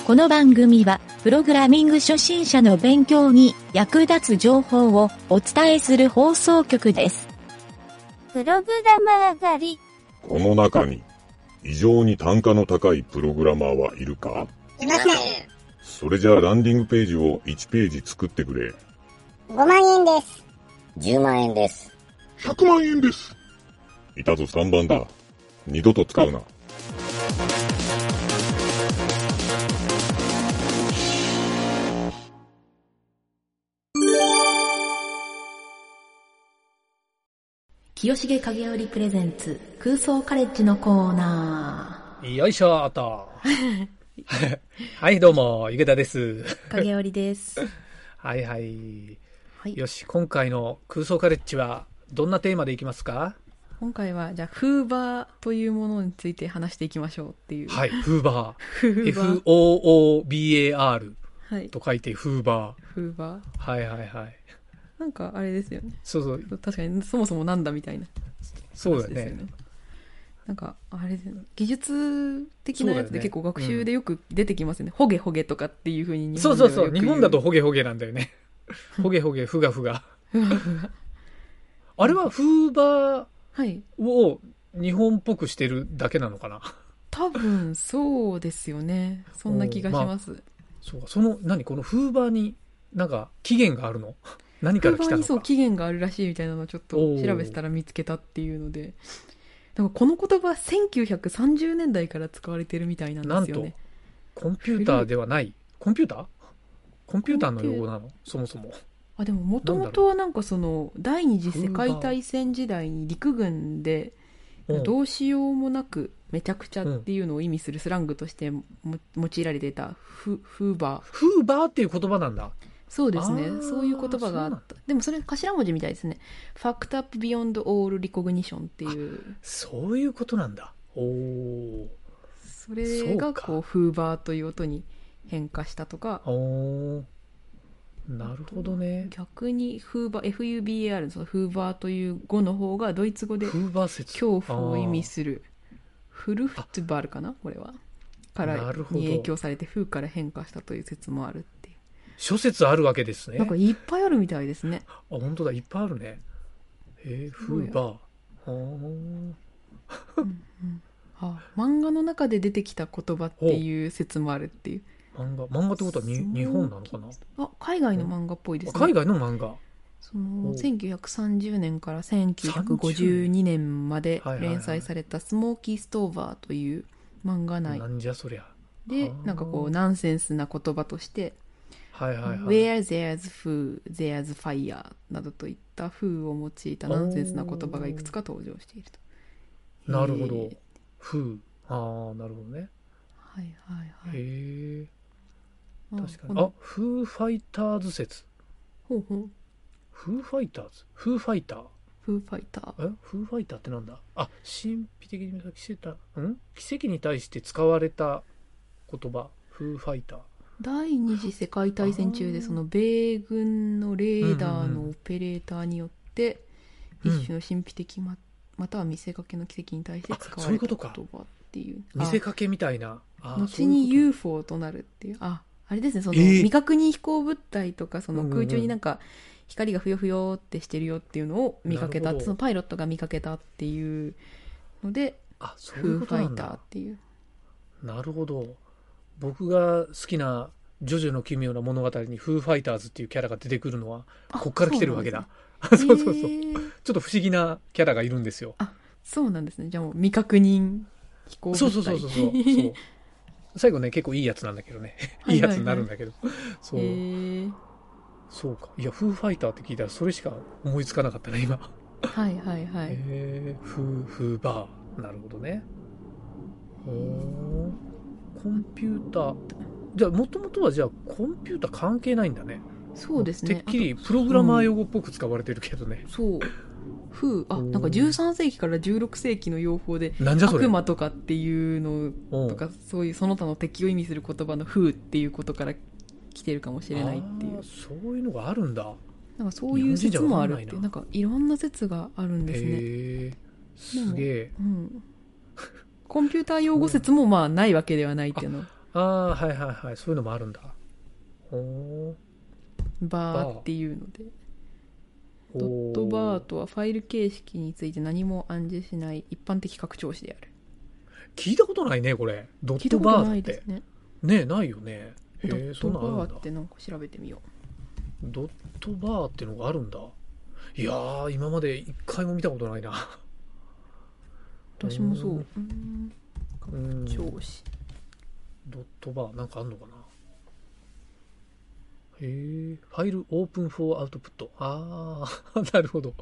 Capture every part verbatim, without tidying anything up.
この番組は、プログラミング初心者の勉強に役立つ情報をお伝えする放送局です。 プログラマー狩り。 この中に、異常に単価の高いプログラマーはいるか？ いません。 それじゃあランディングページをいちページ作ってくれ。 ごまんえんです。 じゅうまんえんです。 ひゃくまんえんです。いたぞさんばんだ。二度と使うな。 清重影織プレゼンツ空想カレッジのコーナー。よいしょーと。はいどうも池田です。 影織です。 はいはい、 はい。 よし今回の空想カレッジはどんなテーマでいきますか？ 今回はじゃあフーバーというものについて話していきましょうっていう。 はいフーバー。 フーバーエフオーオービーエーアールはい。 と書いてフーバー。 フーバー。 はいはいはい。 なんかあれですよね。 そうそう。 確かにそもそもなんだみたいな、 そうだね。 なんかあれですね。技術的なやつで結構学習でよく出てきますよね。ホゲホゲとかっていう風に日本ではよく言う。 そうそうそう。日本だとホゲホゲなんだよね。ホゲホゲフガフガ。あれはフーバーを日本っぽくしてるだけなのかな。 多分そうですよね。そんな気がします。まあ、 そうか。その何このフーバーになんか起源があるの？何から来たのか。フーバーにそう起源があるらしいみたいなのをちょっと調べてたら見つけたっていうので、なんかこの言葉はせんきゅうひゃくさんじゅうねんだいから使われてるみたいなんですよね。 なんとコンピューターではない。コンピューター？コンピューターの用語なの？そもそも。 あでももともとはなんかその第二次世界大戦時代に陸軍でどうしようもなくめちゃくちゃっていうのを意味するスラングとしても用いられていたフ、フーバー。 フーバーっていう言葉なんだ。 そうですね。そういう言葉があった。でもそれ頭文字みたいですね。Fact Up Beyond All Recognition っていう。 そういうことなんだ。おー。 それがこうフーバーという音に変化したとか。 おー。なるほどね。 逆にフーバー エフユービーエーアール のそのフーバーという語の方がドイツ語で恐怖を意味するフルフトゥバルかなこれはからに影響されてフーから変化したという説もあるっていう。 諸説あるわけですね。 なんかいっぱいあるみたいですね。 あ本当だいっぱいあるね。えー、フーバー。うん、 うん、あ漫画の中で出てきた言葉っていう説もあるっていう。 漫画漫画ってことはに日本なのかな。 あ海外の漫画っぽいですね。 海外の漫画。 そのせんきゅうひゃくさんじゅうねんからせんきゅうひゃくごじゅうにねんまで連載されたスモーキーストーバーという漫画内なんじゃそりゃでなんかこうナンセンスな言葉としてはいはいはい、 Where there's food, there's fire などといった風を用いたナンセンスな言葉がいくつか登場していると。 なるほど。風ああなるほどね。 はいはいはい。 へえ。確かに。あ、フーファイターズ説。 ほうほう。 フーファイターズフーファイターフーファイター。 えフーファイターってなんだ。あ、神秘的に奇跡ん奇跡に対して使われた言葉。フーファイター。 第二次世界大戦中でその米軍のレーダーのオペレーターによって一種の神秘的 ま,、うん、または見せかけの奇跡に対して使われた言葉っていう。 見せかけみたいな。 あ後に ユーフォー となるっていう。ああれですね、その未確認飛行物体とかその空中になんか光がふよふよってしてるよっていうのを見かけた、そのパイロットが見かけたっていうので、 あ、そういうことなんだ。 フーファイターっていう。 なるほど。僕が好きなジョジョの奇妙な物語にフーファイターズっていうキャラが出てくるのはこっから来てるわけだ。そうそうそう。ちょっと不思議なキャラがいるんですよ。 あ、そうなんですね。じゃあもう未確認飛行物体。 そうそうそうそうそう。そう最後ね結構いいやつなんだけどねいいやつになるんだけど、はいはいはい、そう、そうか。いやフーファイターって聞いたらそれしか思いつかなかったね今。 はいはいはい。 えー、フーフーバーなるほどね。おーコンピューターじゃあもともとはじゃあコンピューター関係ないんだね。 そうですね。 てっきりプログラマー用語っぽく使われてるけどね。 そう。風あなんかじゅうさんせいきからじゅうろくせいきの用法で悪魔とかっていうのとかそういうその他の敵を意味する言葉の風っていうことから来てるかもしれないっていう。 そういうのがあるんだ。 なんかそういう説もあるっていうなんかいろんな説があるんですね。 へーすげえ、 うん、コンピューター用語説もまあないわけではないっていうの。 あああ、はいはいはい。そういうのもあるんだ。ほー。 バーっていうので。ドットバーとはファイル形式について何も暗示しない一般的拡張子である。 聞いたことないね、これ。ドットバーって。聞いたことないですね。ねえ、ないよね。へえ、 ドットバーってなんか調べてみよう。 ドットバーってのがあるんだ。いやー、今まで一回も見たことないな。 私もそう。うん。拡張子。 ドットバーなんかあんのかな。へえ、ファイルオープンフォーアウトプット。ああ、なるほど。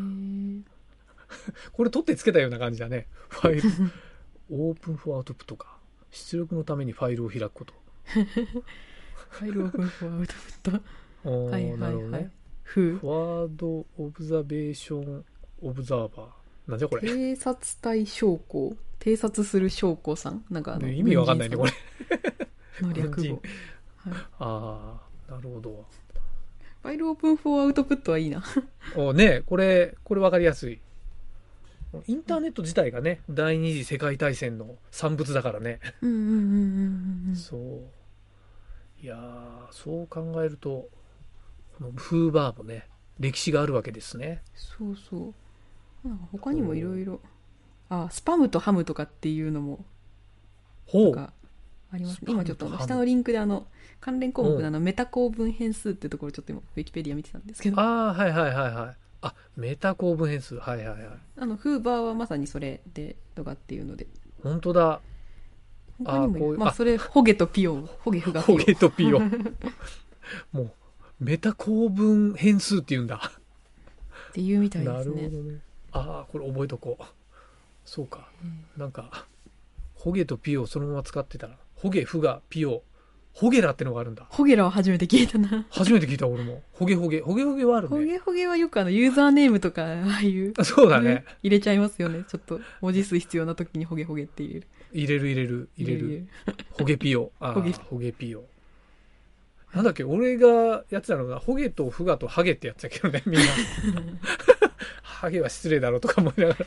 これ取ってつけたような感じだね。ファイルオープンフォーアウトプットか。出力のためにファイルを開くこと。 ファイルオープンフォーアウトプット。はいはいはい。なるほどね。フォワードオブザベーションオブザーバー。なんじゃこれ。 偵察隊将校。偵察する将校さん。なんかあの、 ね、意味わかんないねこれ。 の略語。はい、 ああ、なるほど。 ファイルオープンフォーアウトプットはいいな。 おね、これこれわかりやすい。インターネット自体がね、第二次世界大戦の産物だからね。 うんうんうんうんうん。 そう。いやー、そう考えるとこのフーバーもね、歴史があるわけですね。 そうそう。なんか他にもいろいろ、あ、スパムとハムとかっていうのもほうありますね。今ちょっと下のリンクであの関連項目のあのメタ構文変数ってところちょっと今ウィキペディア見てたんですけど。 ああ、はいはいはいはい。あ、メタ構文変数、はいはいはい。 あのフーバーはまさにそれでとかっていうので。 本当だ。 他にもいる。まあそれホゲとピオ、ホゲフがピオ。 ホゲとピオ。もうメタ構文変数っていうんだ。 っていうみたいですね。 なるほどね。ああ、これ覚えとこう。そうか。なんかホゲとピオをそのまま使ってたら、ホゲフがピオ。ホゲラってのがあるんだ。 ホゲラは初めて聞いたな。 初めて聞いた俺も。ホゲホゲ。ホゲホゲはあるね。 ホゲホゲはよくあのユーザーネームとかああいう。 そうだね。 入れちゃいますよね。ちょっと文字数必要な時にホゲホゲって入れる。 入れる入れる入れる。ホゲピオ。ああ、ホゲピオ。なんだっけ、俺がやってたのが、ホゲとフガとハゲってやってたけどね、みんな。ハゲは失礼だろうとか思いながら。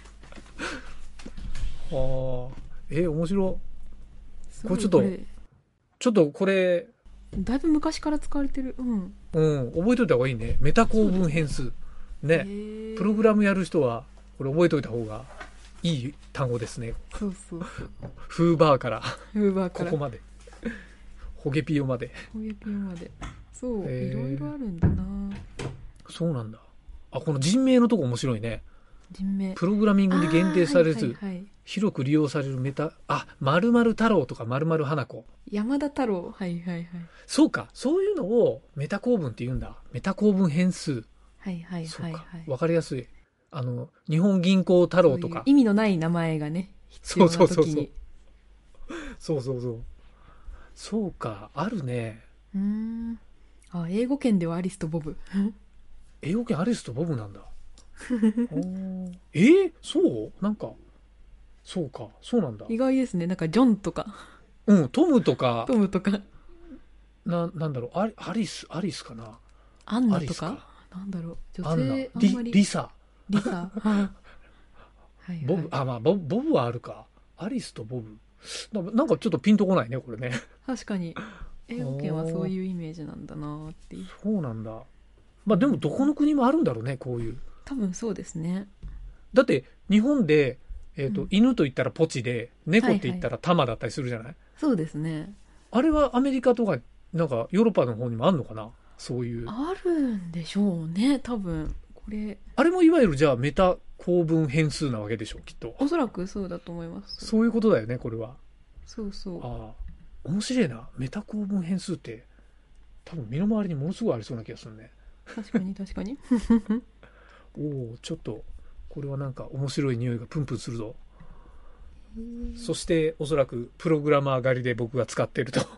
はあ。え、面白い。これちょっと、ちょっとこれだいぶ昔から使われてる。うん、 うん、覚えといた方がいいね。メタ構文変数ね。プログラムやる人はこれ覚えといた方がいい単語ですね。 そうそうそう。 フーバーからフーバーからここまで、ホゲピオまで、 ホゲピオまで。そう、いろいろあるんだな。 そうなんだ。あ、この人名のとこ面白いね。 人名。 プログラミングに限定されず、はいはいはい、広く利用されるメタ、あ、〇〇太郎とか〇〇花子。 山田太郎。はいはいはい。 そうか。そういうのをメタ構文って言うんだ。メタ構文変数。 はいはいはいはい。 わかりやすい。あの、日本銀行太郎とか。 そういう意味のない名前がね、必要な時に。そうそうそうそう。 そうそうそう。そうか。あるね。 うーん。あ、英語圏ではアリスとボブ。 英語圏アリスとボブなんだ。えー、そうなんかそうかそうなんだ。 意外ですね。なんかジョンとか、 うん、トムとかトムとかな、なんだろう、アリ、アリスアリスかな、 アンナとか、なんだろう、女性アンナ、 あんまりリ、リサリサはい、はい、 ボブ、あ、まあボブ、ボブはあるか。アリスとボブな、なんかちょっとピンとこないねこれね。 確かに英語圏はそういうイメージなんだなっていう。 そうなんだ。まあでもどこの国もあるんだろうね、こういう。 多分そうですね。 だって日本で、えーとうん、犬と言ったらポチで、猫って言ったらタマだったりするじゃない、はいはい、 そうですね。 あれはアメリカとかなんかヨーロッパの方にもあるのかな、そういう。 あるんでしょうね、多分。これあれもいわゆるじゃあメタ構文変数なわけでしょう、きっと。 おそらくそうだと思います。 そういうことだよね、これは。 そうそう。 ああ、面白いな。メタ構文変数って多分身の回りにものすごいありそうな気がするね。 確かに確かに。 おお、ちょっとこれはなんか面白い匂いがプンプンするぞ。そしておそらくプログラマー狩りで僕が使っていると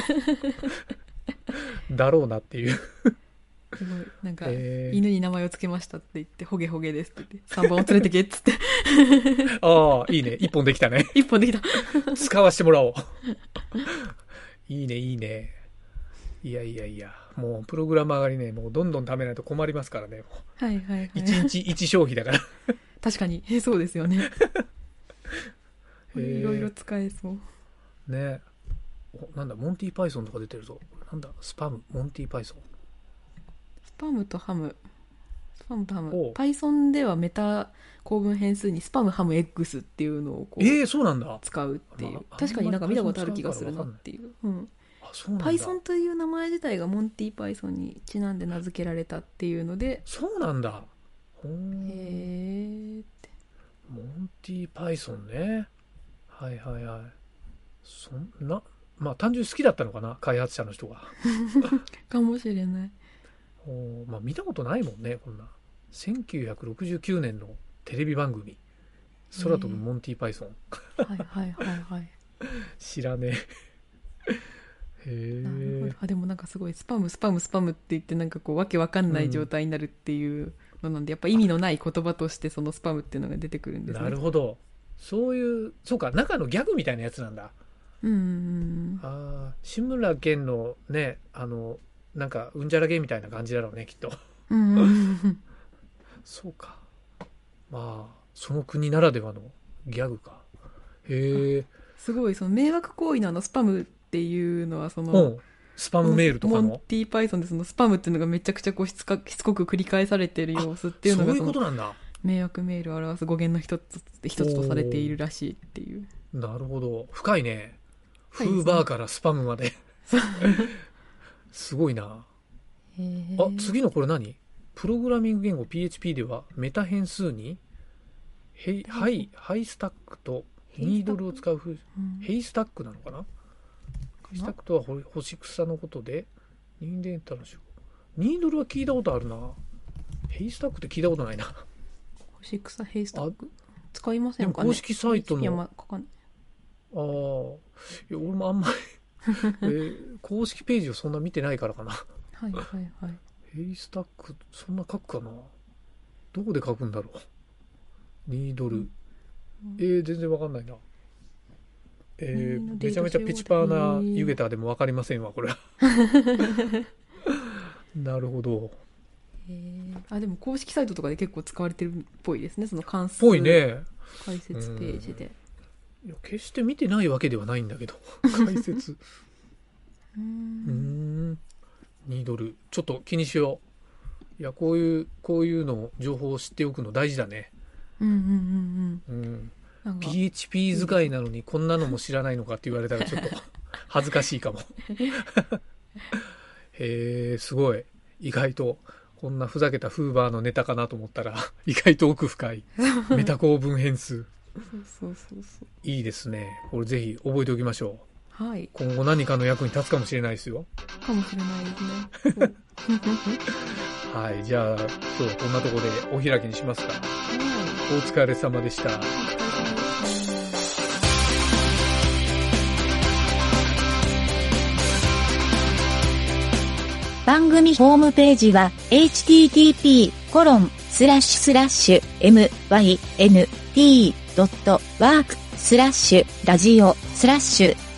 だろうなっていう。 すごいなんか、えー、犬に名前をつけましたって言ってホゲホゲですって言ってさんばんを連れてけっつってああいいね、一本できたね。 一本できた使わせてもらおういいねいいね。いやいやいや、もうプログラマー狩りね、もうどんどん貯めないと困りますからね。 はいはいはい。 いちにちいち消費だから確かにそうですよね。いろいろ使えそうね。 なんだ、モンティパイソンとか出てるぞ。なんだ、スパム、モンティパイソン。 スパムとハム。スパムとハム。Python ではメタ構文変数にスパムハム X っていうのをこう、 えー、そうなんだ。 使うっていう。まあ、確かになんか見たことある気がするなっていう。うん。 あ、そうなんだ。 Python という名前自体がモンティパイソンにちなんで名付けられたっていうので。 そうなんだ。 へーって。 モンティパイソンね。はいはいはい。そんな、まあ単純に好きだったのかな、開発者の人が。 かもしれない。 おまあ見たことないもんね、こんな。せんきゅうひゃくろくじゅうきゅうねんのテレビ番組。空飛ぶモンティパイソン。 はいはいはいはい。 知らねえ。へえ。 あ、でもなんかすごいスパムスパムスパムって言ってなんかこうわけわかんない状態になるっていうのなんで、うん、やっぱ意味のない言葉としてそのスパムっていうのが出てくるんですね。 なるほど。そういう、そうか、中のギャグみたいなやつなんだ。 うんうんうん。 ああ、志村けんのね、あの、なんか、うんじゃらげみたいな感じだろうね、きっと。 うんうんうん、 そうか。まあ、その国ならではのギャグか。へえ。 すごい、その迷惑行為のあのスパムっていうのは、その、うん、 スパムメールとかのモンティパイソンでそのスパムっていうのがめちゃくちゃこうしつかしつこく繰り返されている様子っていうのが、 そういうことなんだ。 迷惑メールを表す語源の一つ一つとされているらしいっていう。 なるほど。深いね。フーバーからスパムまで。すごいな。 へあ、次のこれ何？プログラミング言語 ピーエイチピー ではメタ変数にヘイ、ハイ、ハイスタックとニードルを使う風、うん、ヘイスタックなのかな？ヘイスタックとは干し草のことで、ニーデンタの手法。ニードルは聞いたことあるな。ヘイスタックって聞いたことないな。 干し草ヘイスタック使いませんかね。 公式サイトの。 いや、まあ、かかんない。 ああ、いや、俺もあんまり、えー、公式ページをそんな見てないからかな。 はいはいはい。 ヘイスタック、そんな書くかな。どこで書くんだろう。ニードル。うん、えー、全然わかんないな。えー、めちゃめちゃピチパーなユゲターでもわかりませんわ、これは。なるほど。 あ、でも公式サイトとかで結構使われてるっぽいですね、その関数ぽいね。 解説ページで。 いや、決して見てないわけではないんだけど、解説。うーん。ニードル。ちょっと気にしよう。いや、こういう、こういうの、情報を知っておくの大事だね。 うんうんうんうん。 うん、ピーエイチピー 使いなのにこんなのも知らないのかって言われたらちょっと恥ずかしいかも。へえ、すごい。意外と。こんなふざけたフーバーのネタかなと思ったら意外と奥深いメタ構文変数。 そうそうそうそう。 いいですね。これぜひ覚えておきましょう。はい。 今後何かの役に立つかもしれないですよ。 かもしれないですね。 はい。じゃあ今日はこんなところでお開きにしますか。はい。お疲れ様でした。 番組ホームページは エイチティーティーピーコロンスラッシュスラッシュエムワイエヌティードットワークスラッシュラジオスラッシュ